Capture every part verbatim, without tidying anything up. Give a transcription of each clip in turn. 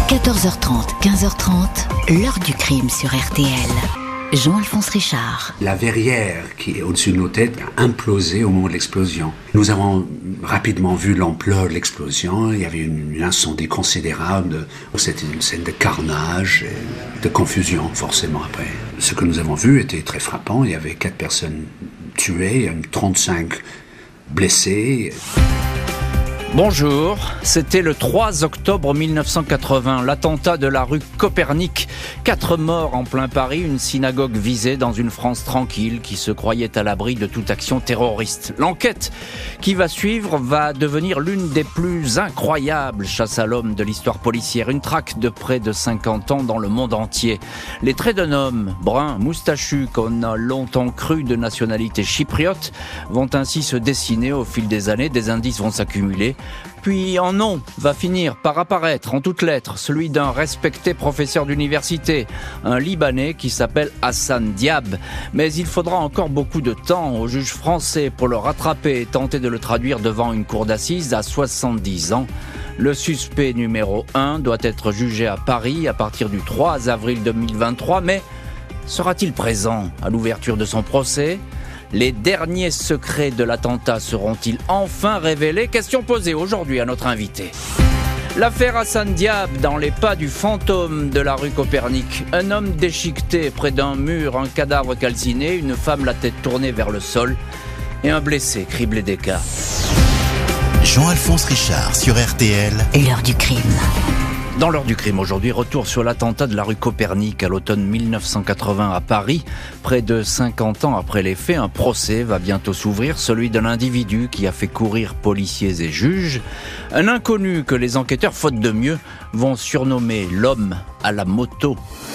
quatorze heures trente, quinze heures trente, l'heure du crime sur R T L. Jean-Alphonse Richard. La verrière qui est au-dessus de nos têtes a implosé au moment de l'explosion. Nous avons rapidement vu l'ampleur de l'explosion. Il y avait une, une incendie considérable. C'était une scène de carnage, et de confusion forcément après. Ce que nous avons vu était très frappant. Il y avait quatre personnes tuées, trente-cinq blessés. Bonjour, c'était le trois octobre mille neuf cent quatre-vingts, l'attentat de la rue Copernic. Quatre morts en plein Paris, une synagogue visée dans une France tranquille qui se croyait à l'abri de toute action terroriste. L'enquête qui va suivre va devenir l'une des plus incroyables chasses à l'homme de l'histoire policière. Une traque de près de cinquante ans dans le monde entier. Les traits d'un homme, brun, moustachu, qu'on a longtemps cru de nationalité chypriote, vont ainsi se dessiner au fil des années. Des indices vont s'accumuler. Puis en nom va finir par apparaître en toutes lettres celui d'un respecté professeur d'université, un Libanais qui s'appelle Hassan Diab. Mais il faudra encore beaucoup de temps au juge français pour le rattraper et tenter de le traduire devant une cour d'assises à soixante-dix ans. Le suspect numéro un doit être jugé à Paris à partir du trois avril deux mille vingt-trois, mais sera-t-il présent à l'ouverture de son procès ? Les derniers secrets de l'attentat seront-ils enfin révélés ? Question posée aujourd'hui à notre invité. L'affaire Hassan Diab dans les pas du fantôme de la rue Copernic. Un homme déchiqueté près d'un mur, un cadavre calciné, une femme la tête tournée vers le sol et un blessé criblé d'écarts. Jean-Alphonse Richard sur R T L. L'heure du crime. Dans l'heure du crime aujourd'hui, retour sur l'attentat de la rue Copernic à l'automne mille neuf cent quatre-vingts à Paris. Près de cinquante ans après les faits, un procès va bientôt s'ouvrir, celui d'un individu qui a fait courir policiers et juges. Un inconnu que les enquêteurs, faute de mieux, vont surnommer l'homme à la moto.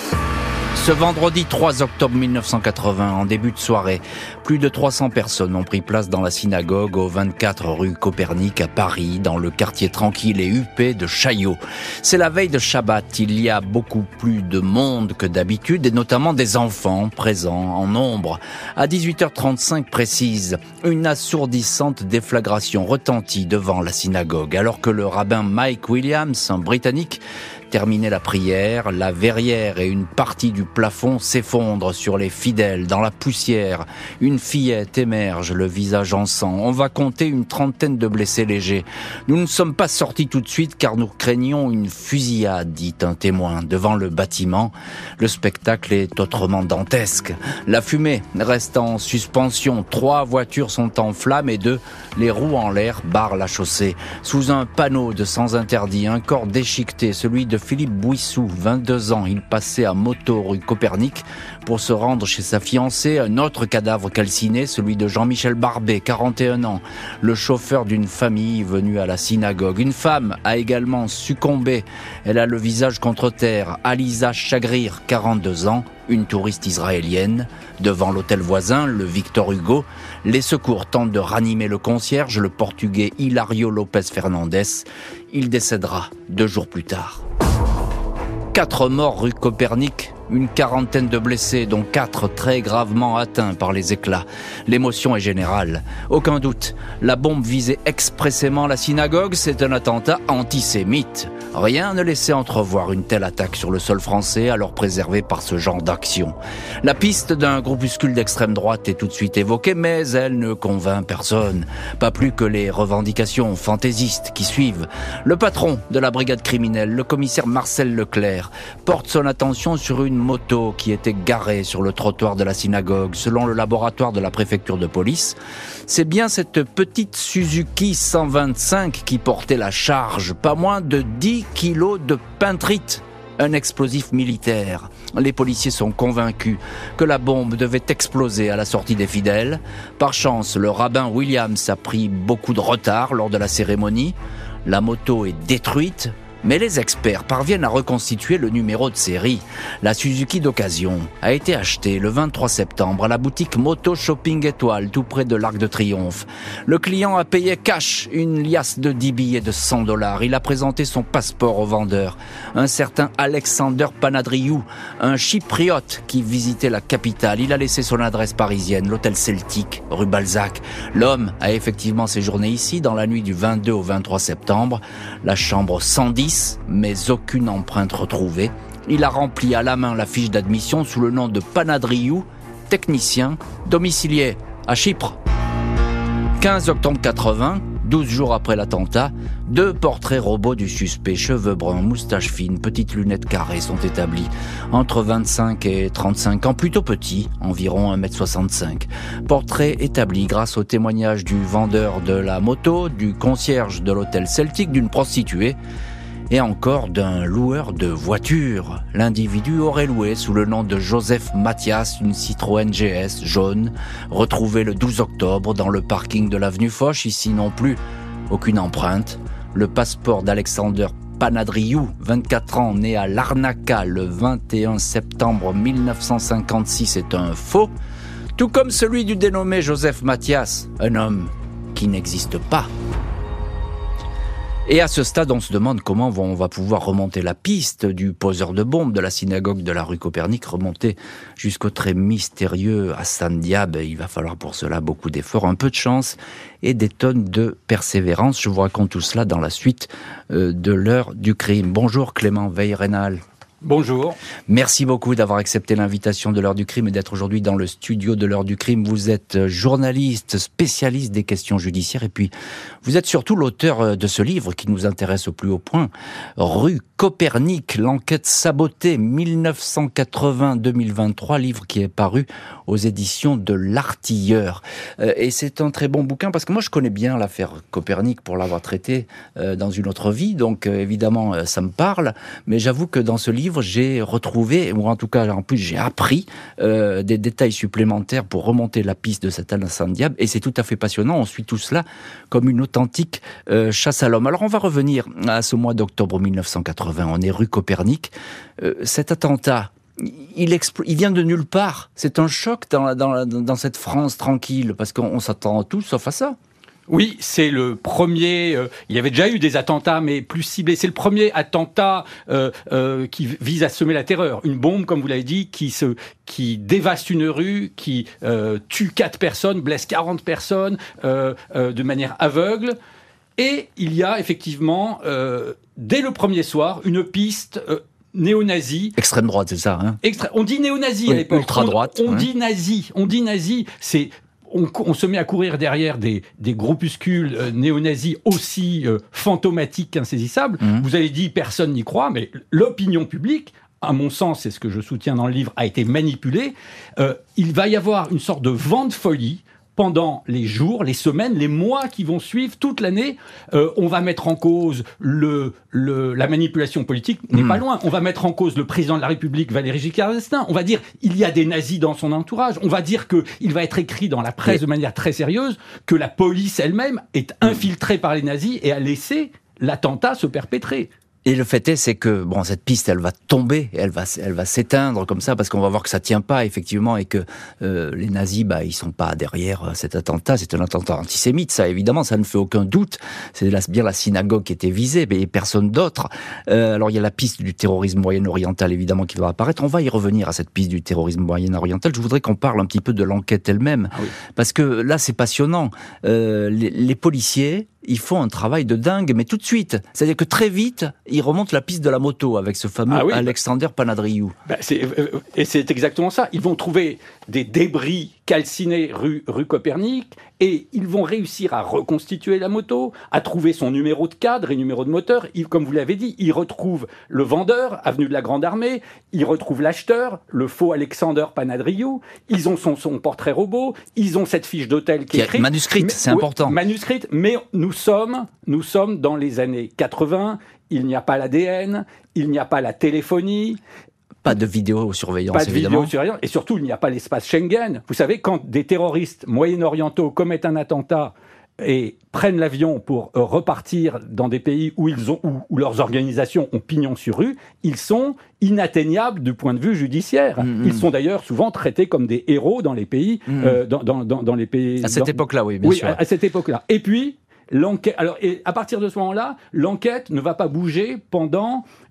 Ce vendredi trois octobre mille neuf cent quatre-vingts, en début de soirée, plus de trois cents personnes ont pris place dans la synagogue au vingt-quatre rue Copernic à Paris, dans le quartier tranquille et huppé de Chaillot. C'est la veille de Shabbat, il y a beaucoup plus de monde que d'habitude, et notamment des enfants présents en nombre. À dix-huit heures trente-cinq précise, une assourdissante déflagration retentit devant la synagogue, alors que le rabbin Mike Williams, un Britannique, terminait la prière, la verrière et une partie du plafond s'effondrent sur les fidèles. Dans la poussière, une fillette émerge, le visage en sang. On va compter une trentaine de blessés légers. Nous ne sommes pas sortis tout de suite car nous craignions une fusillade, dit un témoin. Devant le bâtiment, le spectacle est autrement dantesque. La fumée reste en suspension. Trois voitures sont en flammes et deux, les roues en l'air, barrent la chaussée. Sous un panneau de sans interdit, un corps déchiqueté, celui de Philippe Bouissou, vingt-deux ans. Il passait à moto rue Copernic pour se rendre chez sa fiancée. Un autre cadavre calciné, celui de Jean-Michel Barbet, quarante et un ans, le chauffeur d'une famille venue à la synagogue. Une femme a également succombé. Elle a le visage contre terre. Aliza Chagrir, quarante-deux ans, une touriste israélienne. Devant l'hôtel voisin, le Victor Hugo, les secours tentent de ranimer le concierge, le portugais Hilario Lopez Fernandez. Il décédera deux jours plus tard. Quatre morts rue Copernic, une quarantaine de blessés, dont quatre très gravement atteints par les éclats. L'émotion est générale. Aucun doute, la bombe visait expressément la synagogue, c'est un attentat antisémite. Rien ne laissait entrevoir une telle attaque sur le sol français, alors préservé par ce genre d'action. La piste d'un groupuscule d'extrême droite est tout de suite évoquée, mais elle ne convainc personne. Pas plus que les revendications fantaisistes qui suivent. Le patron de la brigade criminelle, le commissaire Marcel Leclerc, porte son attention sur une moto qui était garée sur le trottoir de la synagogue. Selon le laboratoire de la préfecture de police, c'est bien cette petite Suzuki cent vingt-cinq qui portait la charge, pas moins de dix kilos de peintrite, un explosif militaire. Les policiers sont convaincus que la bombe devait exploser à la sortie des fidèles. Par chance, le rabbin Williams a pris beaucoup de retard lors de la cérémonie. La moto est détruite, mais les experts parviennent à reconstituer le numéro de série. La Suzuki d'occasion a été achetée le vingt-trois septembre à la boutique Moto Shopping Étoile, tout près de l'Arc de Triomphe. Le client a payé cash une liasse de dix billets de cent dollars. Il a présenté son passeport au vendeur. Un certain Alexander Panadriou, un chypriote qui visitait la capitale. Il a laissé son adresse parisienne, l'hôtel Celtique, rue Balzac. L'homme a effectivement séjourné ici dans la nuit du vingt-deux au vingt-trois septembre. La chambre cent dix police, mais aucune empreinte retrouvée. Il a rempli à la main la fiche d'admission sous le nom de Panadriou, technicien, domicilié à Chypre. quinze octobre quatre-vingts, douze jours après l'attentat, deux portraits robots du suspect, cheveux bruns, moustache fine, petites lunettes carrées sont établis. Entre vingt-cinq et trente-cinq ans, plutôt petits, environ un mètre soixante-cinq. Portraits établis grâce au témoignage du vendeur de la moto, du concierge de l'hôtel Celtic, d'une prostituée et encore d'un loueur de voitures. L'individu aurait loué sous le nom de Joseph Mathias une Citroën G S jaune, retrouvée le douze octobre dans le parking de l'avenue Foch. Ici non plus, aucune empreinte. Le passeport d'Alexander Panadriou, vingt-quatre ans, né à Larnaca le vingt et un septembre mille neuf cent cinquante-six, est un faux, tout comme celui du dénommé Joseph Mathias, un homme qui n'existe pas. Et à ce stade, on se demande comment on va pouvoir remonter la piste du poseur de bombes de la synagogue de la rue Copernic, remonter jusqu'au très mystérieux Hassan Diab. Il va falloir pour cela beaucoup d'efforts, un peu de chance et des tonnes de persévérance. Je vous raconte tout cela dans la suite de l'heure du crime. Bonjour Clément Veil-Rénal. Bonjour. Merci beaucoup d'avoir accepté l'invitation de l'heure du crime et d'être aujourd'hui dans le studio de l'heure du crime. Vous êtes journaliste, spécialiste des questions judiciaires et puis vous êtes surtout l'auteur de ce livre qui nous intéresse au plus haut point, Rue Copernic, l'enquête sabotée mille neuf cent quatre-vingts à deux mille vingt-trois, livre qui est paru aux éditions de l'Artilleur. Et c'est un très bon bouquin parce que moi je connais bien l'affaire Copernic pour l'avoir traité dans une autre vie, donc évidemment ça me parle, mais j'avoue que dans ce livre j'ai retrouvé, ou en tout cas en plus j'ai appris euh, des détails supplémentaires pour remonter la piste de cet Hassan Diab, et c'est tout à fait passionnant. On suit tout cela comme une authentique euh, chasse à l'homme. Alors on va revenir à ce mois d'octobre mille neuf cent quatre-vingts, on est rue Copernic. Euh, cet attentat, il, expl- il vient de nulle part. C'est un choc dans, dans, dans cette France tranquille, parce qu'on s'attend à tout sauf à ça. Oui, c'est le premier. Euh, il y avait déjà eu des attentats, mais plus ciblés. C'est le premier attentat euh, euh, qui vise à semer la terreur. Une bombe, comme vous l'avez dit, qui se, qui dévaste une rue, qui euh, tue quatre personnes, blesse quarante personnes euh, euh, de manière aveugle. Et il y a effectivement, euh, dès le premier soir, une piste. Euh, néo-nazi. Extrême droite, c'est ça, hein Extra- On dit néo-nazi oui, à l'époque. Ultra droite. On, on ouais. dit nazi. On dit nazi. C'est On, on se met à courir derrière des, des groupuscules euh, néo-nazis aussi euh, fantomatiques qu'insaisissables. Mmh. Vous avez dit personne n'y croit, mais l'opinion publique, à mon sens, c'est ce que je soutiens dans le livre, a été manipulée. Euh, il va y avoir une sorte de vent de folie pendant les jours, les semaines, les mois qui vont suivre, toute l'année. Euh, on va mettre en cause le, le, la manipulation politique, n'est mmh. pas loin. On va mettre en cause le président de la République, Valéry Giscard d'Estaing. On va dire il y a des nazis dans son entourage. On va dire qu'il va être écrit dans la presse de manière très sérieuse que la police elle-même est infiltrée par les nazis et a laissé l'attentat se perpétrer. Et le fait est, c'est que bon, cette piste, elle va tomber, elle va, elle va s'éteindre comme ça, parce qu'on va voir que ça tient pas effectivement, et que euh, les nazis, bah, ils sont pas derrière cet attentat. C'est un attentat antisémite, ça évidemment, ça ne fait aucun doute. C'est la, bien la synagogue qui était visée, mais personne d'autre. Euh, alors il y a la piste du terrorisme moyen-oriental évidemment qui va apparaître. On va y revenir à cette piste du terrorisme moyen-oriental. Je voudrais qu'on parle un petit peu de l'enquête elle-même, ah oui. parce que là c'est passionnant. Euh, les, les policiers, ils font un travail de dingue, mais tout de suite. C'est-à-dire que très vite, ils remontent la piste de la moto avec ce fameux ah oui, Alexander bah, Panadriou. Bah c'est, euh, et c'est exactement ça. Ils vont trouver des débris calcinés rue, rue Copernic, et ils vont réussir à reconstituer la moto, à trouver son numéro de cadre et numéro de moteur. Ils, comme vous l'avez dit, ils retrouvent le vendeur, avenue de la Grande Armée, ils retrouvent l'acheteur, le faux Alexander Panadriou, ils ont son, son portrait robot, ils ont cette fiche d'hôtel qui est écrite. Manuscrite, c'est oui, important. Manuscrite, mais nous sommes, nous sommes dans les années quatre-vingts, il n'y a pas l'A D N, il n'y a pas la téléphonie. Pas de vidéosurveillance, Pas de évidemment. vidéosurveillance, et surtout, il n'y a pas l'espace Schengen. Vous savez, quand des terroristes moyen-orientaux commettent un attentat et prennent l'avion pour euh, repartir dans des pays où, ils ont, où, où leurs organisations ont pignon sur rue, ils sont inatteignables du point de vue judiciaire. Mmh, ils sont d'ailleurs souvent traités comme des héros dans les pays... Mmh. Euh, dans, dans, dans, dans les pays à cette dans... époque-là, oui, bien oui, sûr. À, à cette époque-là. Et puis... L'enquête, alors, et à partir de ce moment-là, l'enquête ne va pas bouger pendant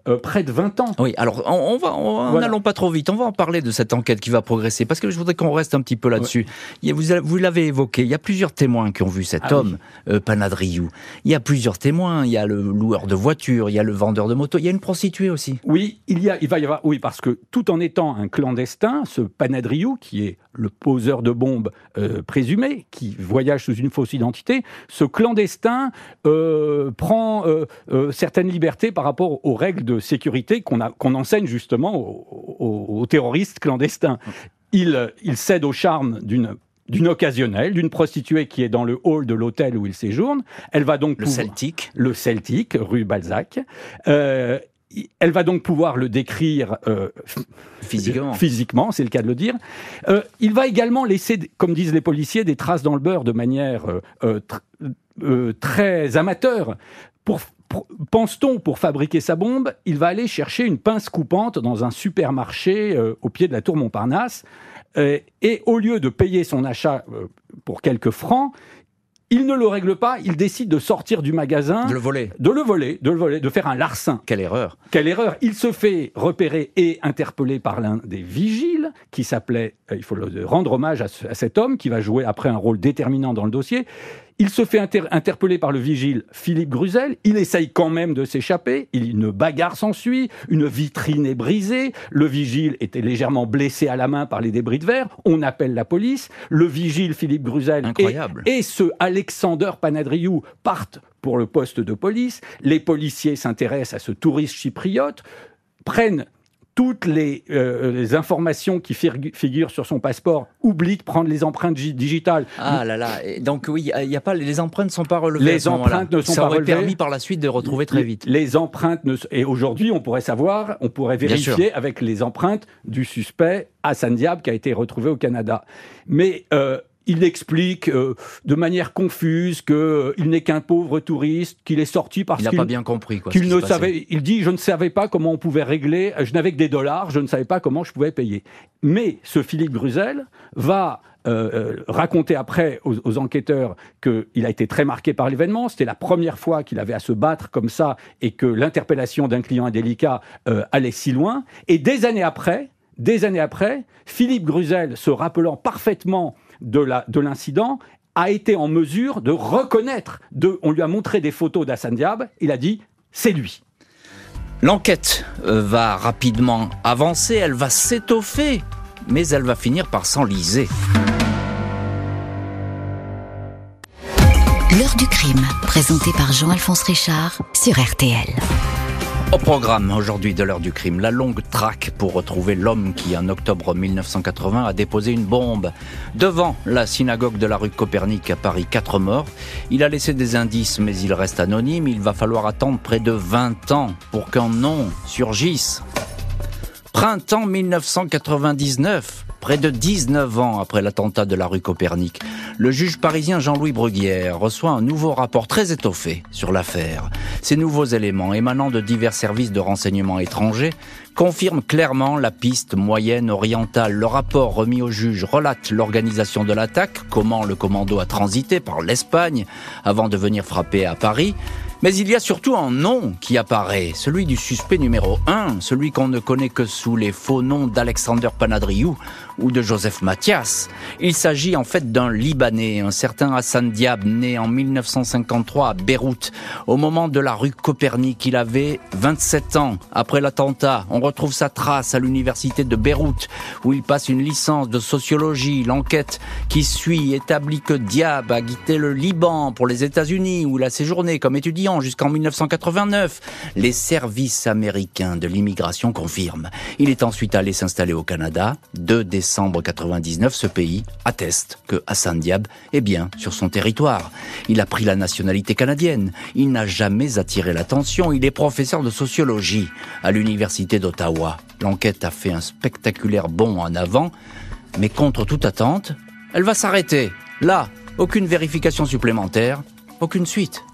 euh, près de vingt ans. Oui, alors on, on va, on, voilà. n'allons pas trop vite, on va en parler de cette enquête qui va progresser, parce que je voudrais qu'on reste un petit peu là-dessus. Ouais. Il y a, vous, vous l'avez évoqué, il y a plusieurs témoins qui ont vu cet ah, homme, oui. euh, Panadriou. Il y a plusieurs témoins, il y a le loueur de voitures, il y a le vendeur de moto, il y a une prostituée aussi. Oui, il, y a, il va y avoir, oui, parce que tout en étant un clandestin, ce Panadriou, qui est le poseur de bombes euh, présumé, qui voyage sous une fausse identité, ce clandestin euh, prend euh, euh, certaines libertés par rapport aux règles de sécurité qu'on, a, qu'on enseigne justement aux, aux, aux terroristes clandestins. Il, il cède au charme d'une d'une occasionnelle, d'une prostituée qui est dans le hall de l'hôtel où il séjourne. Elle va donc le pouvoir, Celtic, le Celtic, rue Balzac. Euh, Elle va donc pouvoir le décrire euh, physiquement. physiquement, c'est le cas de le dire. Euh, il va également laisser, comme disent les policiers, des traces dans le beurre de manière euh, euh, tr- euh, très amateur. Pour, pour, pense-t-on, pour fabriquer sa bombe, il va aller chercher une pince coupante dans un supermarché euh, au pied de la tour Montparnasse. Euh, et au lieu de payer son achat euh, pour quelques francs, il ne le règle pas, il décide de sortir du magasin. De le voler. De le voler, de le voler, de faire un larcin. Quelle erreur. Quelle erreur. Il se fait repérer et interpeller par l'un des vigiles, qui s'appelait, il faut le rendre hommage à, ce, à cet homme, qui va jouer après un rôle déterminant dans le dossier. Il se fait inter- interpeller par le vigile Philippe Gruzel. Il essaye quand même de s'échapper. Il, une bagarre s'ensuit. Une vitrine est brisée. Le vigile était légèrement blessé à la main par les débris de verre. On appelle la police. Le vigile Philippe Gruzel Incroyable. Et, et ce Alexander Panadriou partent pour le poste de police. Les policiers s'intéressent à ce touriste chypriote, prennent toutes les, euh, les informations qui figu- figurent sur son passeport, oublient de prendre les empreintes gi- digitales. Ah là là, et donc oui, il y a pas, les empreintes ne sont pas relevées. Les empreintes ne sont Ça pas aurait relevées. permis par la suite de retrouver très vite. Les, les empreintes, ne, et aujourd'hui on pourrait savoir, on pourrait vérifier avec les empreintes du suspect Hassan Diab qui a été retrouvé au Canada. Mais euh, il explique euh, de manière confuse qu'il euh, n'est qu'un pauvre touriste, qu'il est sorti parce il qu'il... n'a pas bien compris quoi. Qu'il ne savait, il dit, je ne savais pas comment on pouvait régler, je n'avais que des dollars, je ne savais pas comment je pouvais payer. Mais ce Philippe Gruzel va euh, euh, raconter après aux, aux enquêteurs qu'il a été très marqué par l'événement. C'était la première fois qu'il avait à se battre comme ça et que l'interpellation d'un client indélicat euh, allait si loin. Et des années après, des années après, Philippe Gruzel, se rappelant parfaitement de, la, de l'incident, a été en mesure de reconnaître, de, on lui a montré des photos d'Hassan Diab, il a dit « c'est lui ». L'enquête va rapidement avancer, elle va s'étoffer, mais elle va finir par s'enliser. L'heure du crime, présentée par Jean-Alphonse Richard sur R T L. Au programme aujourd'hui de l'heure du crime, la longue traque pour retrouver l'homme qui, en octobre mille neuf cent quatre-vingts, a déposé une bombe devant la synagogue de la rue Copernic à Paris. Quatre morts. Il a laissé des indices, mais il reste anonyme. Il va falloir attendre près de vingt ans pour qu'un nom surgisse. Printemps mille neuf cent quatre-vingt-dix-neuf, près de dix-neuf ans après l'attentat de la rue Copernic, le juge parisien Jean-Louis Bruguière reçoit un nouveau rapport très étoffé sur l'affaire. Ces nouveaux éléments émanant de divers services de renseignement étrangers confirment clairement la piste moyenne orientale. Le rapport remis au juge relate l'organisation de l'attaque, comment le commando a transité par l'Espagne avant de venir frapper à Paris. Mais il y a surtout un nom qui apparaît, celui du suspect numéro un, celui qu'on ne connaît que sous les faux noms d'Alexander Panadriou ou de Joseph Mathias. Il s'agit en fait d'un Libanais, un certain Hassan Diab, né en mille neuf cent cinquante-trois à Beyrouth. Au moment de la rue Copernic, il avait vingt-sept ans. Après l'attentat, on retrouve sa trace à l'université de Beyrouth, où il passe une licence de sociologie. L'enquête qui suit établit que Diab a quitté le Liban pour les États-Unis, où il a séjourné comme étudiant jusqu'en mille neuf cent quatre-vingt-neuf. Les services américains de l'immigration confirment. Il est ensuite allé s'installer au Canada. deux décembre quatre-vingt-dix-neuf, ce pays atteste que Hassan Diab est bien sur son territoire. Il a pris la nationalité canadienne. Il n'a jamais attiré l'attention. Il est professeur de sociologie à l'université d'Ottawa. L'enquête a fait un spectaculaire bond en avant, mais contre toute attente, elle va s'arrêter. Là, aucune vérification supplémentaire, aucune suite.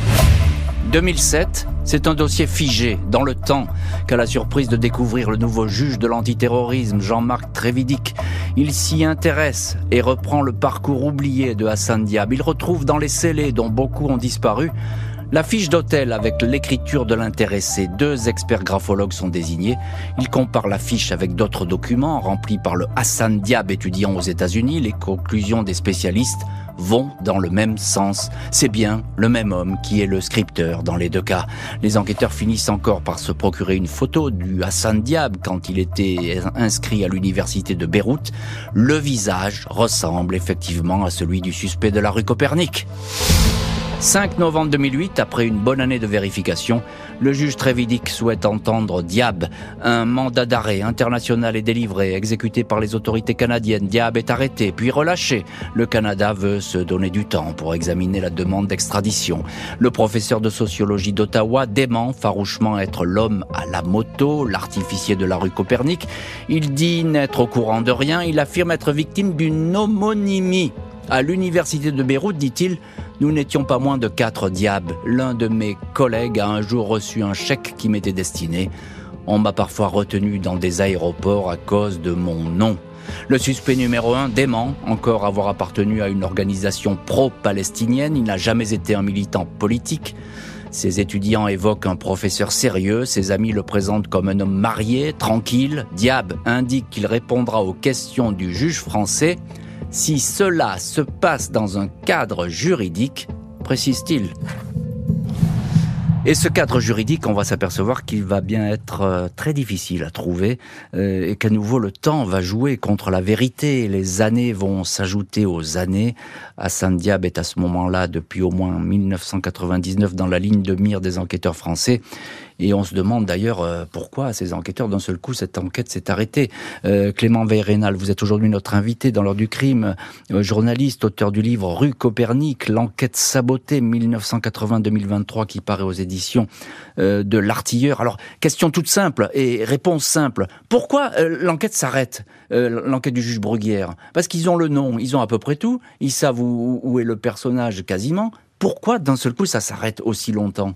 deux mille sept, c'est un dossier figé dans le temps qu'à la surprise de découvrir le nouveau juge de l'antiterrorisme, Jean-Marc Trévidic. Il s'y intéresse et reprend le parcours oublié de Hassan Diab. Il retrouve dans les scellés dont beaucoup ont disparu La fiche d'hôtel avec l'écriture de l'intéressé. Deux experts graphologues sont désignés. Ils comparent la fiche avec d'autres documents remplis par le Hassan Diab, étudiant aux États-Unis. Les conclusions des spécialistes vont dans le même sens. C'est bien le même homme qui est le scripteur dans les deux cas. Les enquêteurs finissent encore par se procurer une photo du Hassan Diab quand il était inscrit à l'université de Beyrouth. Le visage ressemble effectivement à celui du suspect de la rue Copernic. cinq novembre deux mille huit, après une bonne année de vérification, le juge Trévidic souhaite entendre Diab. Un mandat d'arrêt international est délivré, exécuté par les autorités canadiennes. Diab est arrêté, puis relâché. Le Canada veut se donner du temps pour examiner la demande d'extradition. Le professeur de sociologie d'Ottawa dément farouchement être l'homme à la moto, l'artificier de la rue Copernic. Il dit n'être au courant de rien. Il affirme être victime d'une homonymie. À l'université de Beyrouth, dit-il, nous n'étions pas moins de quatre Diab. L'un de mes collègues a un jour reçu un chèque qui m'était destiné. On m'a parfois retenu dans des aéroports à cause de mon nom. Le suspect numéro un dément encore avoir appartenu à une organisation pro-palestinienne. Il n'a jamais été un militant politique. Ses étudiants évoquent un professeur sérieux. Ses amis le présentent comme un homme marié, tranquille. Diab indique qu'il répondra aux questions du juge français si cela se passe dans un cadre juridique, précise-t-il. Et ce cadre juridique, on va s'apercevoir qu'il va bien être très difficile à trouver euh, et qu'à nouveau le temps va jouer contre la vérité. Les années vont s'ajouter aux années. Hassan Diab est à ce moment-là, depuis au moins mille neuf cent quatre-vingt-dix-neuf, dans la ligne de mire des enquêteurs français. Et on se demande d'ailleurs euh, pourquoi ces enquêteurs, d'un seul coup, cette enquête s'est arrêtée. Euh, Clément Veil-Rénal, vous êtes aujourd'hui notre invité dans l'heure du crime, euh, journaliste, auteur du livre Rue Copernic, l'enquête sabotée mille neuf cent quatre-vingts deux mille vingt-trois qui paraît aux éditions euh, de l'Artilleur. Alors, question toute simple et réponse simple. Pourquoi euh, l'enquête s'arrête, euh, l'enquête du juge Bruguière? Parce qu'ils ont le nom, ils ont à peu près tout, ils savent où, où est le personnage quasiment. Pourquoi d'un seul coup ça s'arrête aussi longtemps?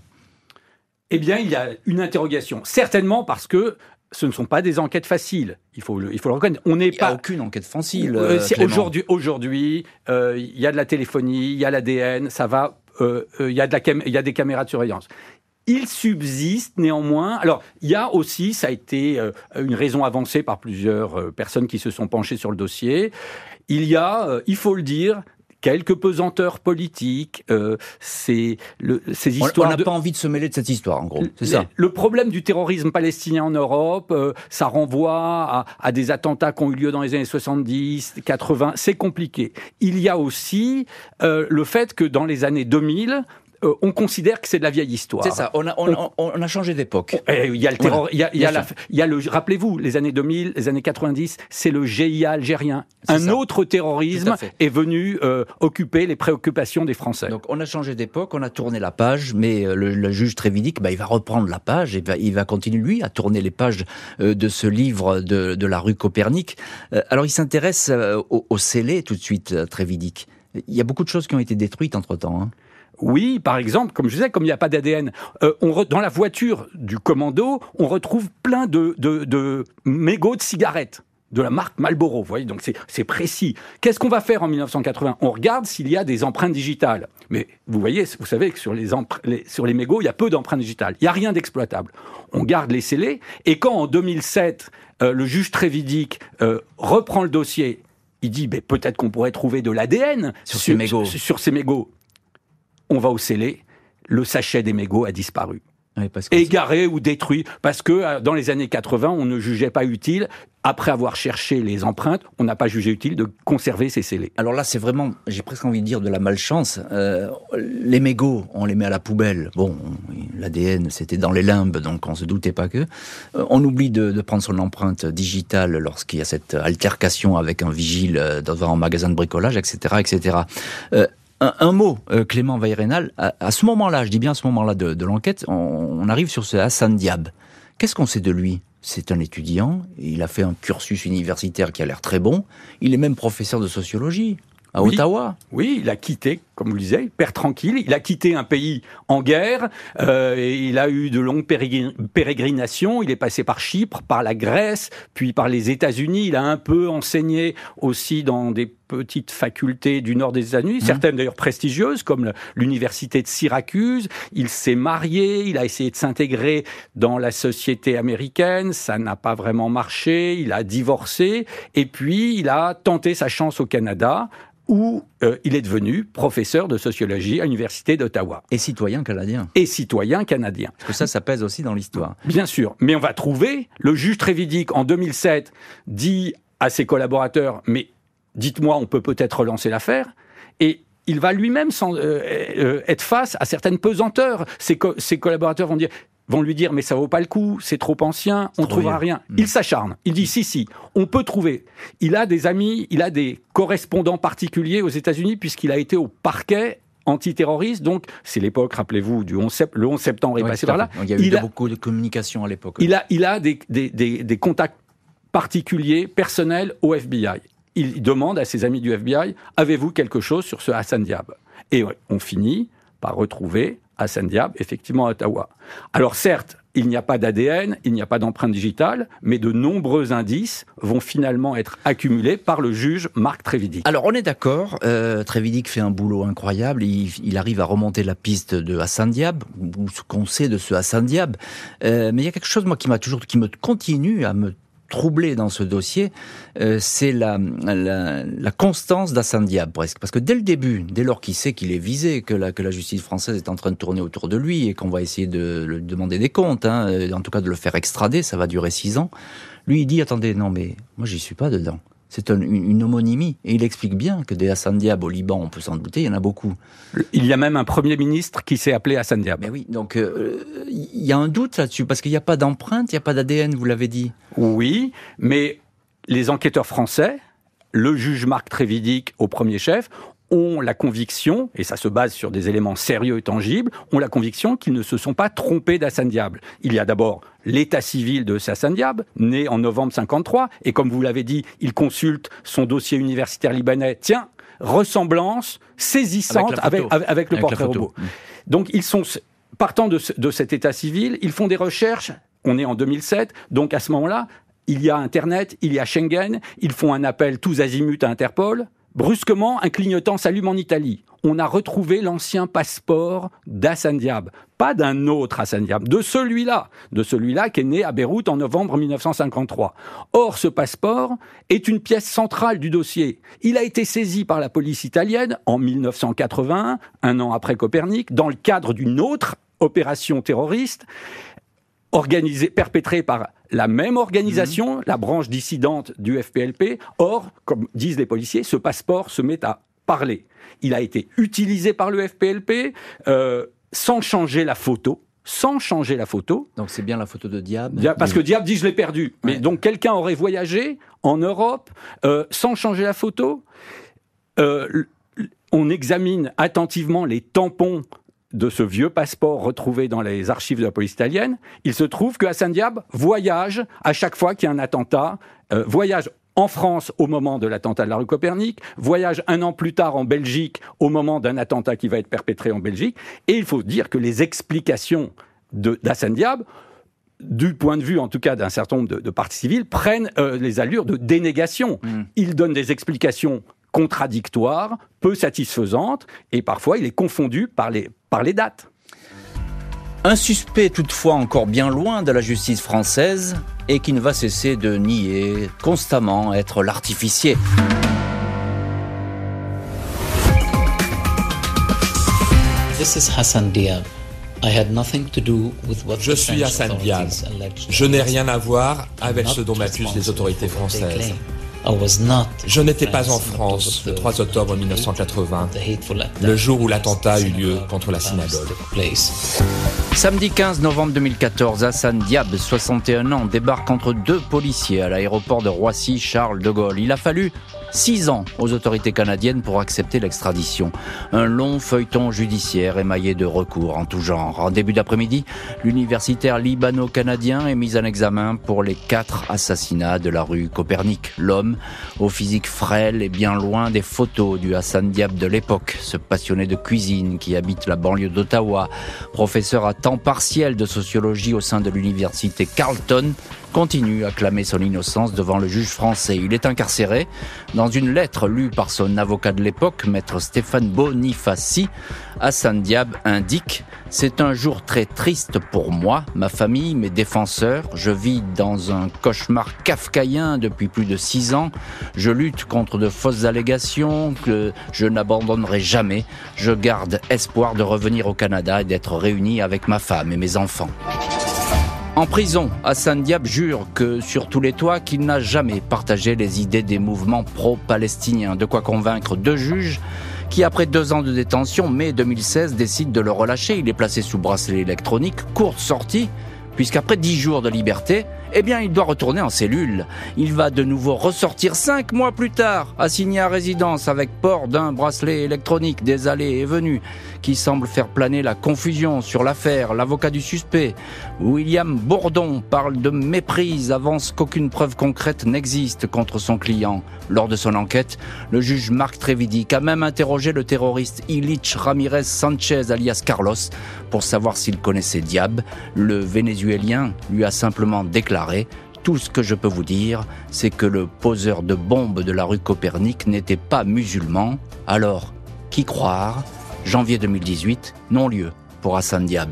Eh bien, il y a une interrogation. Certainement parce que ce ne sont pas des enquêtes faciles. Il faut le, il faut le reconnaître. On n'est il n'y a pas aucune enquête facile. Euh, euh, aujourd'hui, aujourd'hui, euh, il y a de la téléphonie, il y a l'A D N, ça va. Euh, euh, il y a de la cam- il y a des caméras de surveillance. Il subsiste néanmoins. Alors, il y a aussi, ça a été euh, une raison avancée par plusieurs euh, personnes qui se sont penchées sur le dossier. Il y a, euh, il faut le dire, quelques pesanteurs politiques, euh, c'est le, ces histoires. On n'a de... pas envie de se mêler de cette histoire, en gros. C'est le, ça. Le problème du terrorisme palestinien en Europe, euh, ça renvoie à, à des attentats qui ont eu lieu dans les années soixante-dix, quatre-vingts. C'est compliqué. Il y a aussi euh, le fait que dans les années deux mille, Euh, on considère que c'est de la vieille histoire. C'est ça, on a, on, on, on a changé d'époque. Il y a le terror, il y a, il y a la, sûr. il y a le, rappelez-vous, les années deux mille, les années quatre-vingt-dix, c'est le G I A algérien. C'est Un ça. autre terrorisme est venu euh, occuper les préoccupations des Français. Donc on a changé d'époque, on a tourné la page, mais le, le juge Trévidic, bah, il va reprendre la page, et va, il va continuer lui à tourner les pages euh, de ce livre de, de la rue Copernic. Euh, alors il s'intéresse euh, au, au scellé tout de suite, euh, Trévidic. Il y a beaucoup de choses qui ont été détruites entre-temps, hein. Oui, par exemple, comme je disais, comme il n'y a pas d'A D N, euh, on re, dans la voiture du commando, on retrouve plein de, de, de mégots de cigarettes de la marque Marlboro. Vous voyez, donc c'est, c'est précis. Qu'est-ce qu'on va faire en mille neuf cent quatre-vingts? On regarde s'il y a des empreintes digitales. Mais vous voyez, vous savez que sur les, empre- les, sur les mégots, il y a peu d'empreintes digitales. Il n'y a rien d'exploitable. On garde les scellés. Et quand en deux mille sept, euh, le juge Trévidic euh, reprend le dossier, il dit ben, peut-être qu'on pourrait trouver de l'A D N sur, sur ces mégots. Sur, sur ces mégots. On va au scellé, le sachet des mégots a disparu. Oui, parce que égaré ou détruit, parce que dans les années quatre-vingts, on ne jugeait pas utile, après avoir cherché les empreintes, on n'a pas jugé utile de conserver ces scellés. Alors là, c'est vraiment, j'ai presque envie de dire, de la malchance. Euh, les mégots, on les met à la poubelle. Bon, l'A D N, c'était dans les limbes, donc on se doutait pas que. Euh, on oublie de, de prendre son empreinte digitale lorsqu'il y a cette altercation avec un vigile devant un magasin de bricolage, et cetera, et cetera. Euh, Un, un mot, euh, Clément Veil-Rénal, à, à ce moment-là, je dis bien à ce moment-là de, de l'enquête, on, on arrive sur ce Hassan Diab. Qu'est-ce qu'on sait de lui? C'est un étudiant, il a fait un cursus universitaire qui a l'air très bon, il est même professeur de sociologie à oui. Ottawa. Oui, il a quitté comme vous le disiez, père tranquille. Il a quitté un pays en guerre, euh, et il a eu de longues pérégr- pérégrinations. Il est passé par Chypre, par la Grèce, puis par les États-Unis. Il a un peu enseigné aussi dans des petites facultés du nord des États-Unis, mmh. certaines d'ailleurs prestigieuses, comme l'université de Syracuse. Il s'est marié, il a essayé de s'intégrer dans la société américaine, ça n'a pas vraiment marché, il a divorcé, et puis il a tenté sa chance au Canada, où euh, il est devenu professeur de sociologie à l'université d'Ottawa. Et citoyen canadien. Et citoyen canadien. Parce que ça, ça pèse aussi dans l'histoire. Bien sûr, mais on va trouver, le juge Trévidic, en deux mille sept, dit à ses collaborateurs, mais dites-moi, on peut peut-être relancer l'affaire, et il va lui-même sans, euh, euh, être face à certaines pesanteurs. Ses, co- ses collaborateurs vont dire, vont lui dire, mais ça vaut pas le coup, c'est trop ancien, on trouvera rien. Mmh. Il s'acharne, il dit, si, si, on peut trouver. Il a des amis, il a des correspondants particuliers aux États-Unis, puisqu'il a été au parquet antiterroriste, donc c'est l'époque, rappelez-vous, du onze septembre, le onze septembre est oui, passé par là. Donc, il y a eu il a, beaucoup de communication à l'époque. Il a, il a des, des, des, des contacts particuliers, personnels au F B I. Il demande à ses amis du F B I, avez-vous quelque chose sur ce Hassan Diab ? Et on finit par retrouver Hassan Diab, effectivement, à Ottawa. Alors certes, il n'y a pas d'A D N, il n'y a pas d'empreinte digitale, mais de nombreux indices vont finalement être accumulés par le juge Marc Trévidic. Alors on est d'accord, euh, Trévidic fait un boulot incroyable, il, il arrive à remonter la piste de Hassan Diab, ou ce qu'on sait de ce Hassan Diab, euh, mais il y a quelque chose moi qui m'a toujours, qui me continue à me troublé dans ce dossier, euh, c'est la, la, la constance d'Hassan Diab presque. Parce que dès le début, dès lors qu'il sait qu'il est visé, que la, que la justice française est en train de tourner autour de lui et qu'on va essayer de lui demander des comptes, hein, en tout cas de le faire extrader, ça va durer six ans, lui il dit, attendez, non mais moi j'y suis pas dedans. C'est une, une homonymie. Et il explique bien que des Hassan Diab au Liban, on peut s'en douter, il y en a beaucoup. Il y a même un Premier ministre qui s'est appelé Hassan Diab. Mais oui, donc il euh, y a un doute là-dessus, parce qu'il n'y a pas d'empreinte, il n'y a pas d'A D N, vous l'avez dit. Oui, mais les enquêteurs français, le juge Marc Trévidic au premier chef, ont la conviction, et ça se base sur des éléments sérieux et tangibles, ont la conviction qu'ils ne se sont pas trompés d'Hassan Diab. Il y a d'abord l'état civil de Hassan Diab, né en novembre cinquante-trois, et comme vous l'avez dit, il consulte son dossier universitaire libanais. Tiens, ressemblance saisissante avec, avec, avec le avec portrait robot. Mmh. Donc ils sont, partant de, ce, de cet état civil, ils font des recherches, on est en deux mille sept, donc à ce moment-là, il y a Internet, il y a Schengen, ils font un appel tous azimuts à Interpol. Brusquement, un clignotant s'allume en Italie. On a retrouvé l'ancien passeport d'Hassan Diab. Pas d'un autre Hassan Diab, de celui-là. De celui-là qui est né à Beyrouth en novembre dix-neuf cent cinquante-trois. Or, ce passeport est une pièce centrale du dossier. Il a été saisi par la police italienne en dix-neuf cent quatre-vingt-un, un an après Copernic, dans le cadre d'une autre opération terroriste organisée, perpétrée par la même organisation, mmh. la branche dissidente du F P L P. Or, comme disent les policiers, ce passeport se met à parler. Il a été utilisé par le F P L P euh, sans changer la photo. Sans changer la photo. Donc c'est bien la photo de Diab. Parce que Diab dit je l'ai perdu. Mais ouais. Donc quelqu'un aurait voyagé en Europe euh, sans changer la photo. Euh, on examine attentivement les tampons de ce vieux passeport retrouvé dans les archives de la police italienne. Il se trouve que Hassan Diab voyage à chaque fois qu'il y a un attentat, euh, voyage en France au moment de l'attentat de la rue Copernic, voyage un an plus tard en Belgique au moment d'un attentat qui va être perpétré en Belgique. Et il faut dire que les explications de, d'Hassan Diab, du point de vue en tout cas d'un certain nombre de, de parties civiles, prennent euh, les allures de dénégation. Mmh. Il donne des explications contradictoires, peu satisfaisantes, et parfois il est confondu par les, par les dates. Un suspect toutefois encore bien loin de la justice française et qui ne va cesser de nier constamment être l'artificier. This is Hassan Diab. I had nothing to do with what Je suis Hassan Diab. Je n'ai rien à voir avec ce dont m'accusent les autorités françaises. Je n'étais pas en France le trois octobre dix-neuf cent quatre-vingts, le jour où l'attentat a eu lieu contre la synagogue. Samedi quinze novembre deux mille quatorze, Hassan Diab, soixante et un ans, débarque entre deux policiers à l'aéroport de Roissy-Charles de Gaulle. Il a fallu six ans aux autorités canadiennes pour accepter l'extradition. Un long feuilleton judiciaire émaillé de recours en tout genre. En début d'après-midi, l'universitaire libano-canadien est mis en examen pour les quatre assassinats de la rue Copernic. L'homme, au physique frêle et bien loin des photos du Hassan Diab de l'époque, ce passionné de cuisine qui habite la banlieue d'Ottawa, professeur à temps partiel de sociologie au sein de l'université Carleton, continue à clamer son innocence devant le juge français. Il est incarcéré. Dans une lettre lue par son avocat de l'époque, maître Stéphane Bonifaci, Hassan Diab indique « C'est un jour très triste pour moi, ma famille, mes défenseurs. Je vis dans un cauchemar kafkaïen depuis plus de six ans. Je lutte contre de fausses allégations que je n'abandonnerai jamais. Je garde espoir de revenir au Canada et d'être réuni avec ma femme et mes enfants. » En prison, Hassan Diab jure que sur tous les toits qu'il n'a jamais partagé les idées des mouvements pro-palestiniens. De quoi convaincre deux juges qui, après deux ans de détention, mai deux mille seize, décident de le relâcher. Il est placé sous bracelet électronique, courte sortie, puisqu'après dix jours de liberté, eh bien, il doit retourner en cellule. Il va de nouveau ressortir cinq mois plus tard, assigné à résidence avec port d'un bracelet électronique, des allées et venues, qui semble faire planer la confusion sur l'affaire. L'avocat du suspect, William Bourdon, parle de méprise, avance qu'aucune preuve concrète n'existe contre son client. Lors de son enquête, le juge Marc Trévidic a même interrogé le terroriste Ilich Ramirez Sanchez, alias Carlos, pour savoir s'il connaissait Diab. Le Vénézuélien lui a simplement déclaré « Tout ce que je peux vous dire, c'est que le poseur de bombes de la rue Copernic n'était pas musulman. Alors, qui croire ?» Janvier deux mille dix-huit, non-lieu pour Hassan Diab.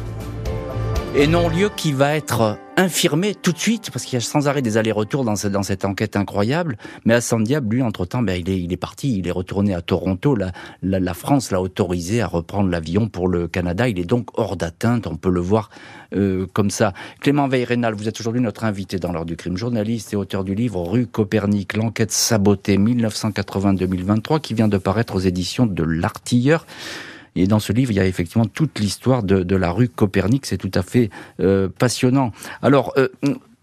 Et non-lieu qui va être infirmé tout de suite, parce qu'il y a sans arrêt des allers-retours dans cette, dans cette enquête incroyable. Mais Hassan Diab, lui, entre-temps, ben, il, est, il est parti, il est retourné à Toronto. La, la, la France l'a autorisé à reprendre l'avion pour le Canada. Il est donc hors d'atteinte, on peut le voir euh, comme ça. Clément Veil-Rénal, vous êtes aujourd'hui notre invité dans l'heure du crime, journaliste et auteur du livre Rue Copernic, l'enquête sabotée dix-neuf cent quatre-vingts à deux mille vingt-trois, qui vient de paraître aux éditions de l'Artilleur. Et dans ce livre, il y a effectivement toute l'histoire de, de la rue Copernic. C'est tout à fait euh, passionnant. Alors, euh,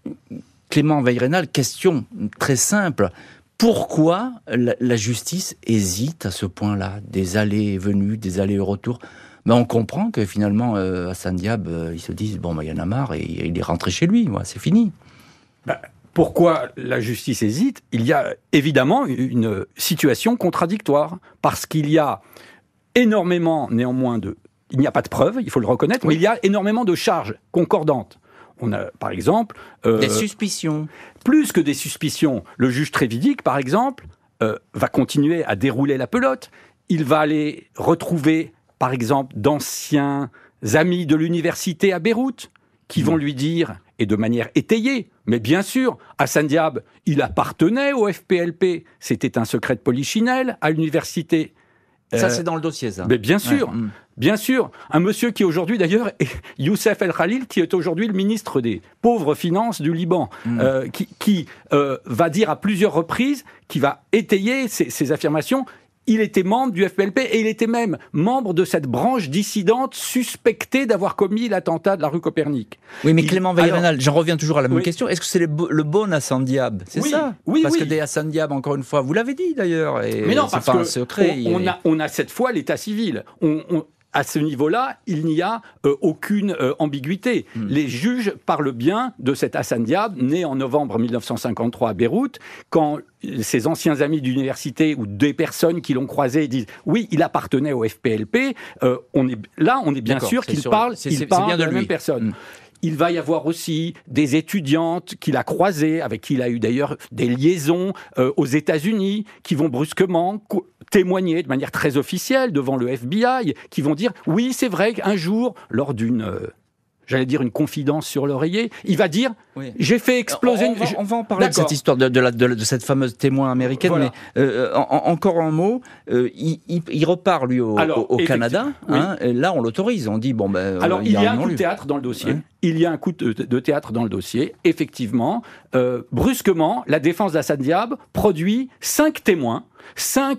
Clément Veil-Rénal, question très simple. Pourquoi la, la justice hésite à ce point-là? Des allées et venues, des allées et retours. Ben, on comprend que finalement, euh, Hassan Diab, euh, ils se disent, bon, ben, il y en a marre et il est rentré chez lui. Ouais, c'est fini. Ben, pourquoi la justice hésite? Il y a évidemment une situation contradictoire. Parce qu'il y a énormément, néanmoins, de... Il n'y a pas de preuves, il faut le reconnaître, oui. Mais il y a énormément de charges concordantes. On a, par exemple... Euh, des suspicions. Plus que des suspicions. Le juge Trévidic, par exemple, euh, va continuer à dérouler la pelote. Il va aller retrouver, par exemple, d'anciens amis de l'université à Beyrouth, qui mmh. vont lui dire, et de manière étayée, mais bien sûr, Hassan Diab, il appartenait au F P L P. C'était un secret de polichinelle à l'université. Ça, c'est dans le dossier, ça. Mais bien sûr, ouais. mmh. bien sûr. Un monsieur qui aujourd'hui, d'ailleurs, est Youssef El Khalil, qui est aujourd'hui le ministre des pauvres finances du Liban, mmh. euh, qui, qui euh, va dire à plusieurs reprises, qui va étayer ces, ces affirmations. Il était membre du F P L P et il était même membre de cette branche dissidente suspectée d'avoir commis l'attentat de la rue Copernic. Oui, mais il, Clément Veil-Rénal, j'en reviens toujours à la même oui. question. Est-ce que c'est le, le bon Hassan Diab? C'est oui, ça Oui, Parce oui. que des Hassan Diab, encore une fois, vous l'avez dit d'ailleurs. Et mais non, c'est parce pas que un secret. On, on, a, on a cette fois l'état civil. On, on, à ce niveau-là, il n'y a euh, aucune euh, ambiguïté. Mm. Les juges parlent bien de cet Hassan Diab, né en novembre dix-neuf cent cinquante-trois à Beyrouth, quand ses anciens amis d'université ou des personnes qui l'ont croisé disent « oui, il appartenait au F P L P euh, », on est, là, on est bien D'accord, sûr qu'il sur, parle, c'est, il c'est, parle c'est bien de, de la lui. même personne. Mm. Il va y avoir aussi des étudiantes qu'il a croisées, avec qui il a eu d'ailleurs des liaisons euh, aux États-Unis, qui vont brusquement co- témoigner de manière très officielle devant le F B I, qui vont dire « oui, c'est vrai qu'un jour, lors d'une... Euh, j'allais dire une confidence sur l'oreiller, il va dire oui. « j'ai fait exploser... » on, on, va, on va en parler D'accord. de cette histoire, de, de, la, de, de cette fameuse témoin américaine, voilà. mais euh, en, encore un mot, euh, il, il, il repart lui au, Alors, au, au Canada, hein, oui. et là on l'autorise, on dit bon ben... Alors il y a, y a un, un coup de théâtre dans le dossier, ouais. il y a un coup de, de théâtre dans le dossier, effectivement, euh, brusquement, la défense d'Hassan Diab produit cinq témoins, cinq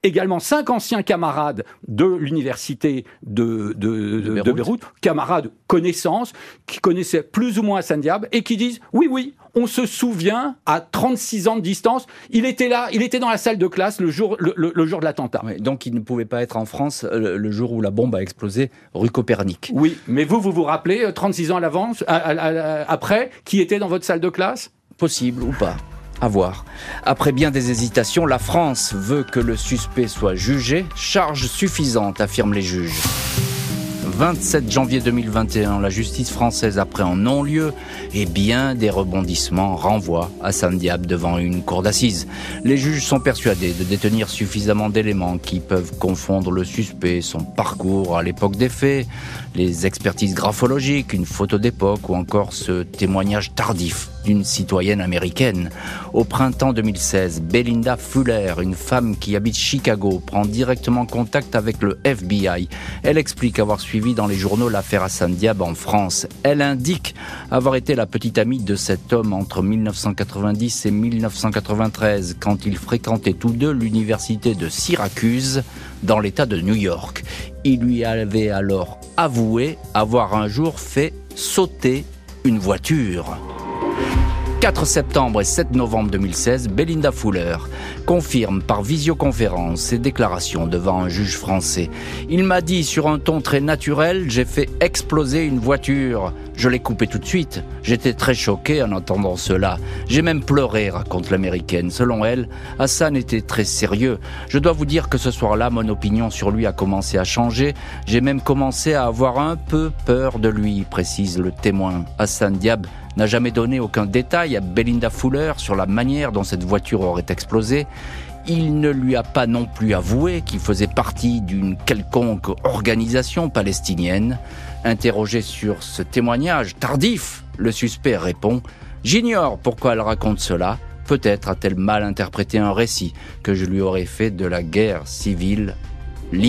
également cinq anciens camarades de l'université de, de, de, de, Beyrouth. de Beyrouth, camarades connaissances, qui connaissaient plus ou moins Hassan Diab, et qui disent « Oui, oui, on se souvient, à trente-six ans de distance, il était là, il était dans la salle de classe le jour, le, le, le jour de l'attentat. Oui, » Donc il ne pouvait pas être en France le, le jour où la bombe a explosé rue Copernic. Oui, mais vous, vous vous rappelez, trente-six ans à l'avance, à, à, à, après, qui était dans votre salle de classe ? Possible ou pas ? À voir. Après bien des hésitations, la France veut que le suspect soit jugé. Charge suffisante, affirment les juges. vingt-sept janvier deux mille vingt et un, la justice française apprend en non-lieu et bien des rebondissements renvoient Hassan Diab devant une cour d'assises. Les juges sont persuadés de détenir suffisamment d'éléments qui peuvent confondre le suspect, son parcours à l'époque des faits, les expertises graphologiques, une photo d'époque ou encore ce témoignage tardif d'une citoyenne américaine. Au printemps deux mille seize, Belinda Fuller, une femme qui habite Chicago, prend directement contact avec le F B I. Elle explique avoir suivi dans les journaux l'affaire Hassan Diab en France. Elle indique avoir été la petite amie de cet homme entre mille neuf cent quatre-vingt-dix et mille neuf cent quatre-vingt-treize, quand ils fréquentaient tous deux l'université de Syracuse, dans l'État de New York. Il lui avait alors avoué avoir un jour fait sauter une voiture. quatre septembre et sept novembre deux mille seize, Belinda Fuller confirme par visioconférence ses déclarations devant un juge français. Il m'a dit sur un ton très naturel, j'ai fait exploser une voiture. Je l'ai coupée tout de suite. J'étais très choqué en entendant cela. J'ai même pleuré, raconte l'américaine. Selon elle, Hassan était très sérieux. Je dois vous dire que ce soir-là, mon opinion sur lui a commencé à changer. J'ai même commencé à avoir un peu peur de lui, précise le témoin. Hassan Diab n'a jamais donné aucun détail à Belinda Fuller sur la manière dont cette voiture aurait explosé. Il ne lui a pas non plus avoué qu'il faisait partie d'une quelconque organisation palestinienne. Interrogé sur ce témoignage tardif, le suspect répond « J'ignore pourquoi elle raconte cela. Peut-être a-t-elle mal interprété un récit que je lui aurais fait de la guerre civile libanaise. »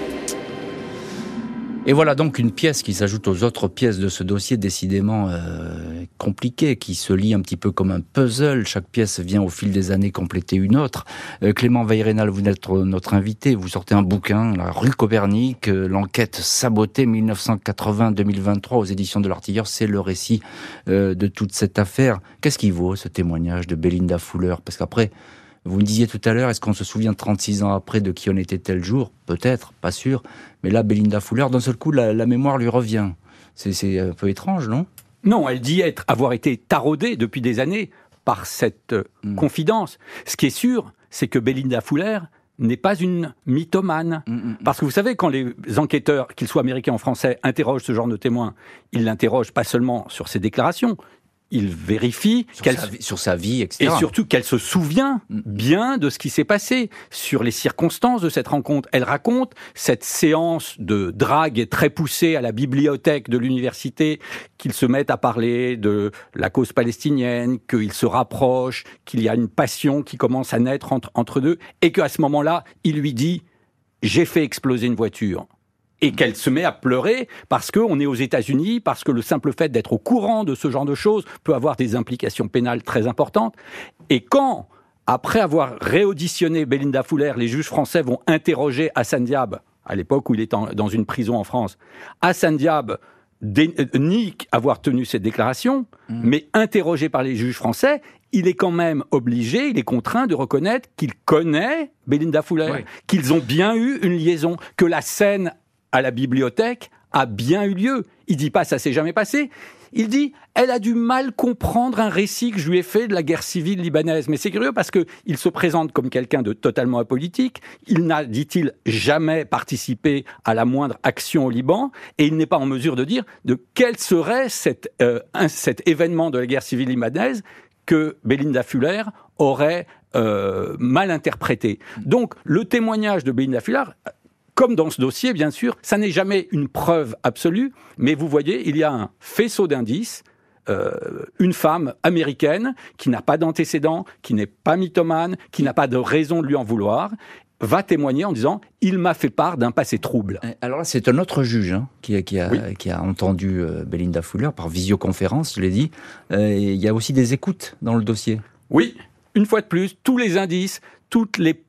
Et voilà donc une pièce qui s'ajoute aux autres pièces de ce dossier décidément euh, compliqué, qui se lit un petit peu comme un puzzle. Chaque pièce vient au fil des années compléter une autre. Euh, Clément Weirenal, vous êtes notre invité. Vous sortez un bouquin, La rue Copernic, euh, l'enquête sabotée mille neuf cent quatre-vingts deux mille vingt-trois aux éditions de l'Artilleur. C'est le récit euh, de toute cette affaire. Qu'est-ce qui vaut ce témoignage de Belinda Fuller ? Parce qu'après, vous me disiez tout à l'heure, est-ce qu'on se souvient trente-six ans après de qui on était tel jour ? Peut-être, pas sûr. Mais là, Belinda Fuller, d'un seul coup, la, la mémoire lui revient. C'est, c'est un peu étrange, non ? Non, elle dit être, avoir été taraudée depuis des années par cette mmh. confidence. Ce qui est sûr, c'est que Belinda Fuller n'est pas une mythomane. Mmh. Parce que vous savez, quand les enquêteurs, qu'ils soient américains ou français, interrogent ce genre de témoin, ils l'interrogent pas seulement sur ses déclarations, il vérifie sur, qu'elle, sa vie, sur sa vie, et cetera. Et surtout qu'elle se souvient bien de ce qui s'est passé, sur les circonstances de cette rencontre. Elle raconte cette séance de drague très poussée à la bibliothèque de l'université, qu'ils se mettent à parler de la cause palestinienne, qu'ils se rapprochent, qu'il y a une passion qui commence à naître entre, entre deux, et qu'à ce moment-là, il lui dit « j'ai fait exploser une voiture ». Et qu'elle se met à pleurer parce qu'on est aux États-Unis, parce que le simple fait d'être au courant de ce genre de choses peut avoir des implications pénales très importantes. Et quand, après avoir réauditionné Belinda Fuller, les juges français vont interroger Hassan Diab, à l'époque où il est en, dans une prison en France, Hassan Diab dé, euh, nie avoir tenu cette déclaration, mmh. mais interrogé par les juges français, il est quand même obligé, il est contraint de reconnaître qu'il connaît Belinda Fuller, oui. qu'ils ont bien eu une liaison, que la scène à la bibliothèque a bien eu lieu. Il dit pas ça s'est jamais passé. Il dit elle a du mal comprendre un récit que je lui ai fait de la guerre civile libanaise. Mais c'est curieux parce que il se présente comme quelqu'un de totalement apolitique. Il n'a, dit-il, jamais participé à la moindre action au Liban et il n'est pas en mesure de dire de quel serait cet, euh, un, cet événement de la guerre civile libanaise que Belinda Fuller aurait euh, mal interprété. Donc le témoignage de Belinda Fuller, comme dans ce dossier, bien sûr, ça n'est jamais une preuve absolue, mais vous voyez, il y a un faisceau d'indices, euh, une femme américaine qui n'a pas d'antécédents, qui n'est pas mythomane, qui n'a pas de raison de lui en vouloir, va témoigner en disant « il m'a fait part d'un passé trouble ». Alors là, c'est un autre juge hein, qui, qui, a, oui. qui a entendu euh, Belinda Fuller par visioconférence, je l'ai dit. Euh, il y a aussi des écoutes dans le dossier. Oui, une fois de plus, tous les indices, toutes les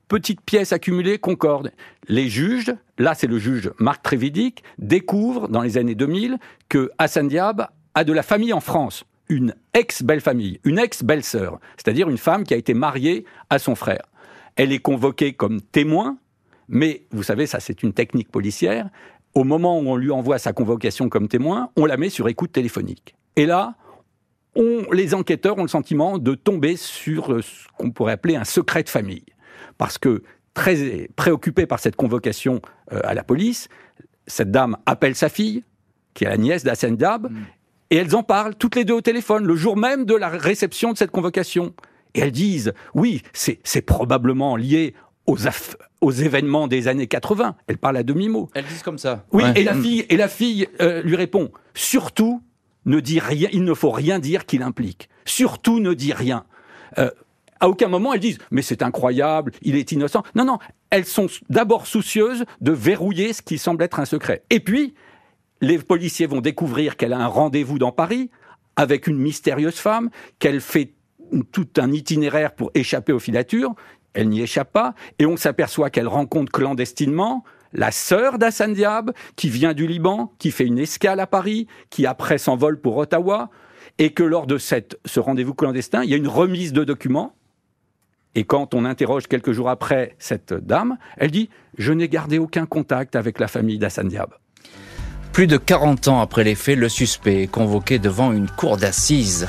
petites pièces accumulées concordent. Les juges, là c'est le juge Marc Trévidic, découvrent dans les années deux mille que Hassan Diab a de la famille en France, une ex-belle-famille, une ex-belle-sœur, c'est-à-dire une femme qui a été mariée à son frère. Elle est convoquée comme témoin, mais vous savez, ça c'est une technique policière, au moment où on lui envoie sa convocation comme témoin, on la met sur écoute téléphonique. Et là, on, les enquêteurs ont le sentiment de tomber sur ce qu'on pourrait appeler un secret de famille. Parce que, très préoccupée par cette convocation euh, à la police, cette dame appelle sa fille, qui est la nièce d'Hassan Diab, mmh. et elles en parlent toutes les deux au téléphone, le jour même de la réception de cette convocation. Et elles disent, oui, c'est, c'est probablement lié aux, aff- aux événements des années quatre-vingts. Elles parlent à demi-mot. Elles disent comme ça. Oui, ouais. et la fille, et la fille euh, lui répond, surtout, ne dis rien, il ne faut rien dire qui l'implique. Surtout, ne dis rien. Euh, À aucun moment, elles disent « mais c'est incroyable, il est innocent ». Non, non, elles sont d'abord soucieuses de verrouiller ce qui semble être un secret. Et puis, les policiers vont découvrir qu'elle a un rendez-vous dans Paris avec une mystérieuse femme, qu'elle fait tout un itinéraire pour échapper aux filatures. Elle n'y échappe pas. Et on s'aperçoit qu'elle rencontre clandestinement la sœur d'Hassan Diab, qui vient du Liban, qui fait une escale à Paris, qui après s'envole pour Ottawa, et que lors de cette, ce rendez-vous clandestin, il y a une remise de documents. Et quand on interroge quelques jours après cette dame, elle dit « Je n'ai gardé aucun contact avec la famille d'Hassan Diab ». Plus de quarante ans après les faits, le suspect est convoqué devant une cour d'assises.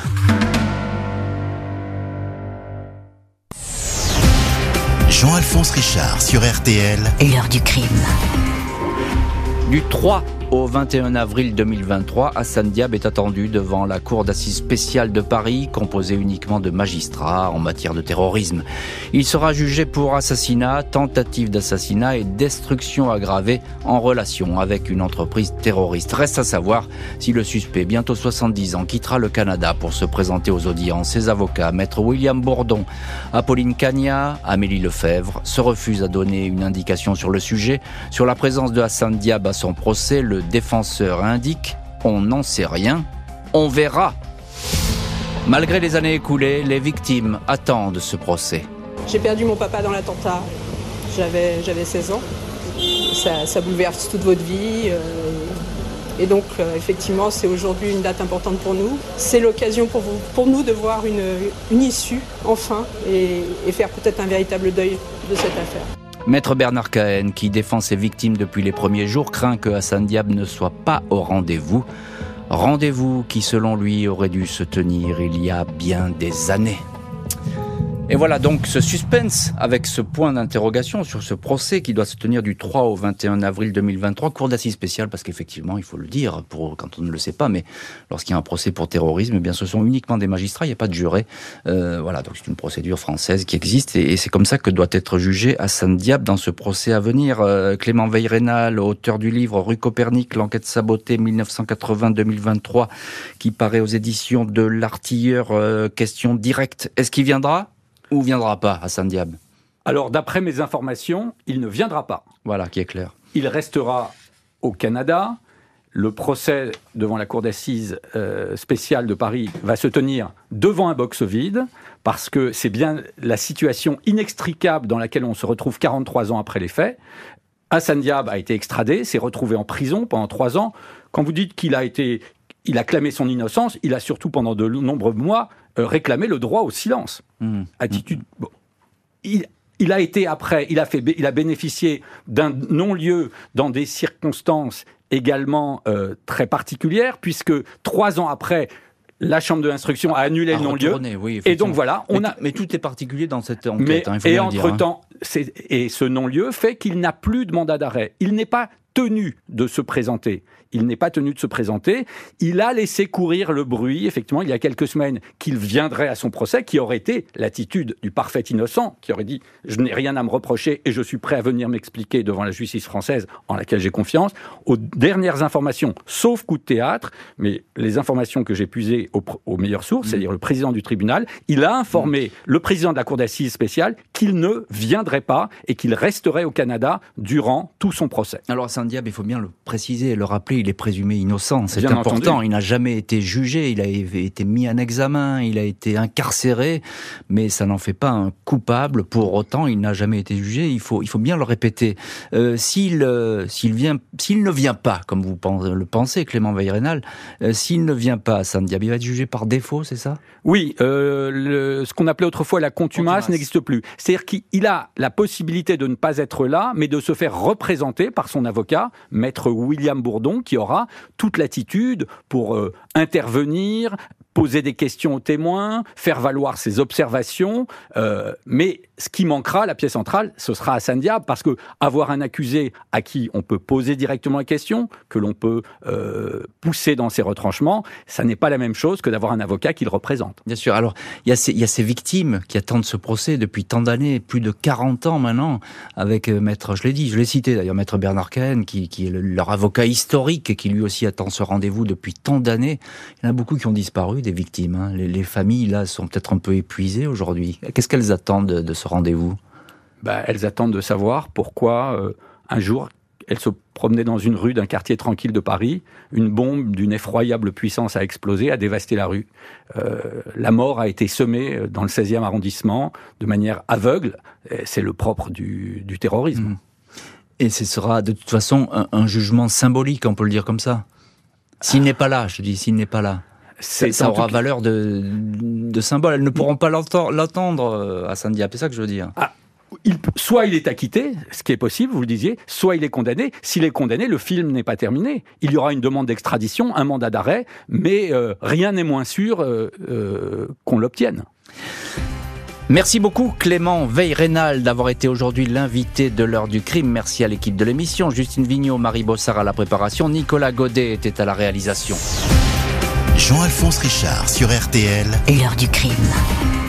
Jean-Alphonse Richard sur R T L. L'heure du crime. Du trois au vingt et un avril deux mille vingt-trois, Hassan Diab est attendu devant la cour d'assises spéciale de Paris, composée uniquement de magistrats en matière de terrorisme. Il sera jugé pour assassinat, tentative d'assassinat et destruction aggravée en relation avec une entreprise terroriste. Reste à savoir si le suspect, bientôt soixante-dix ans, quittera le Canada pour se présenter aux audiences. Ses avocats, maître William Bourdon, Apolline Cagna, Amélie Lefebvre, se refusent à donner une indication sur le sujet. Sur la présence de Hassan Diab à son procès, le défenseur indique « On n'en sait rien, on verra ». Malgré les années écoulées, les victimes attendent ce procès. J'ai perdu mon papa dans l'attentat, j'avais, j'avais seize ans. Ça, ça bouleverse toute votre vie. Euh, et donc, euh, effectivement, c'est aujourd'hui une date importante pour nous. C'est l'occasion pour, vous, pour nous de voir une, une issue, enfin, et, et faire peut-être un véritable deuil de cette affaire. Maître Bernard Cahen, qui défend ses victimes depuis les premiers jours, craint que Hassan Diab ne soit pas au rendez-vous. Rendez-vous qui, selon lui, aurait dû se tenir il y a bien des années. Et voilà donc ce suspense avec ce point d'interrogation sur ce procès qui doit se tenir du trois au vingt et un avril deux mille vingt-trois, cour d'assises spéciale, parce qu'effectivement, il faut le dire, pour, quand on ne le sait pas, mais lorsqu'il y a un procès pour terrorisme, eh bien, ce sont uniquement des magistrats, il n'y a pas de jurés. Euh, voilà, donc c'est une procédure française qui existe, et, et c'est comme ça que doit être jugé Hassan Diab dans ce procès à venir. Euh, Clément Veil-Rénal, auteur du livre Rue Copernic, l'enquête sabotée dix-neuf cent quatre-vingts deux mille vingt-trois, qui paraît aux éditions de l'Artilleur, euh, question directe. Est-ce qu'il viendra ? Ou viendra pas, Hassan Diab ? Alors, d'après mes informations, il ne viendra pas. Voilà, qui est clair. Il restera au Canada. Le procès devant la cour d'assises euh, spéciale de Paris va se tenir devant un box vide, parce que c'est bien la situation inextricable dans laquelle on se retrouve quarante-trois ans après les faits. Hassan Diab a été extradé, s'est retrouvé en prison pendant trois ans. Quand vous dites qu'il a été... Il a clamé son innocence, il a surtout pendant de nombreux mois euh, réclamé le droit au silence. Mmh. Attitude. Bon. Il, il a été après, il a fait, il a bénéficié d'un non-lieu dans des circonstances également euh, très particulières, puisque trois ans après, la chambre de l'instruction a annulé à le non-lieu. Oui, et donc voilà, on mais, a. Mais tout est particulier dans cette enquête. Mais, hein, il faut et bien entre le dire, temps, hein. c'est, et ce non-lieu fait qu'il n'a plus de mandat d'arrêt. Il n'est pas tenu de se présenter. Il n'est pas tenu de se présenter. Il a laissé courir le bruit, effectivement, il y a quelques semaines, qu'il viendrait à son procès, qui aurait été l'attitude du parfait innocent, qui aurait dit « je n'ai rien à me reprocher et je suis prêt à venir m'expliquer devant la justice française en laquelle j'ai confiance ». Aux dernières informations, sauf coup de théâtre, mais les informations que j'ai puisées aux, aux meilleures sources, mmh. c'est-à-dire le président du tribunal, il a informé mmh. le président de la cour d'assises spéciale qu'il ne viendrait pas et qu'il resterait au Canada durant tout son procès. Alors Hassan Diab, il faut bien le préciser et le rappeler, il est présumé innocent, c'est bien important, entendu. Il n'a jamais été jugé, il a été mis en examen, il a été incarcéré, mais ça n'en fait pas un coupable, pour autant il n'a jamais été jugé, il faut, il faut bien le répéter. Euh, s'il, euh, s'il, vient, s'il ne vient pas, comme vous le pensez Clément Veil-Reynal, euh, s'il ne vient pas, Hassan Diab, il va être jugé par défaut, c'est ça ? Oui, euh, le, ce qu'on appelait autrefois la contumace, contumace n'existe plus. C'est-à-dire qu'il a la possibilité de ne pas être là, mais de se faire représenter par son avocat, maître William Bourdon, qui aura toute l'attitude pour euh, intervenir, poser des questions aux témoins, faire valoir ses observations, euh, mais ce qui manquera, la pièce centrale, ce sera Hassan Diab, parce que avoir un accusé à qui on peut poser directement la question, que l'on peut euh, pousser dans ses retranchements, ça n'est pas la même chose que d'avoir un avocat qui le représente. Bien sûr. Alors, il y a ces, il y a ces victimes qui attendent ce procès depuis tant d'années, plus de quarante ans maintenant, avec euh, maître, je l'ai dit, je l'ai cité d'ailleurs, maître Bernard Cahen, qui, qui est le, leur avocat historique et qui lui aussi attend ce rendez-vous depuis tant d'années. Il y en a beaucoup qui ont disparu, des victimes. Hein. Les, les familles, là, sont peut-être un peu épuisées aujourd'hui. Qu'est-ce qu'elles attendent de, de ce rendez-vous ? Bah, elles attendent de savoir pourquoi, euh, un jour, elles se promenaient dans une rue d'un quartier tranquille de Paris, une bombe d'une effroyable puissance a explosé, a dévasté la rue. Euh, la mort a été semée dans le seizième arrondissement de manière aveugle. C'est le propre du, du terrorisme. Mmh. Et ce sera de toute façon un, un jugement symbolique, on peut le dire comme ça. S'il ah. n'est pas là, je dis, s'il n'est pas là. C'est, ça aura valeur de, de symbole. Elles ne pourront pas l'entendre, l'entendre Hassan Diab, c'est ça que je veux dire. Ah, il, soit il est acquitté, ce qui est possible, vous le disiez, soit il est condamné. S'il est condamné, le film n'est pas terminé. Il y aura une demande d'extradition, un mandat d'arrêt, mais euh, rien n'est moins sûr euh, euh, qu'on l'obtienne. Merci beaucoup Clément Veil-Reynal d'avoir été aujourd'hui l'invité de l'heure du crime. Merci à l'équipe de l'émission, Justine Vignot, Marie Bossard à la préparation, Nicolas Godet était à la réalisation. Jean-Alphonse Richard sur R T L. L'heure du crime.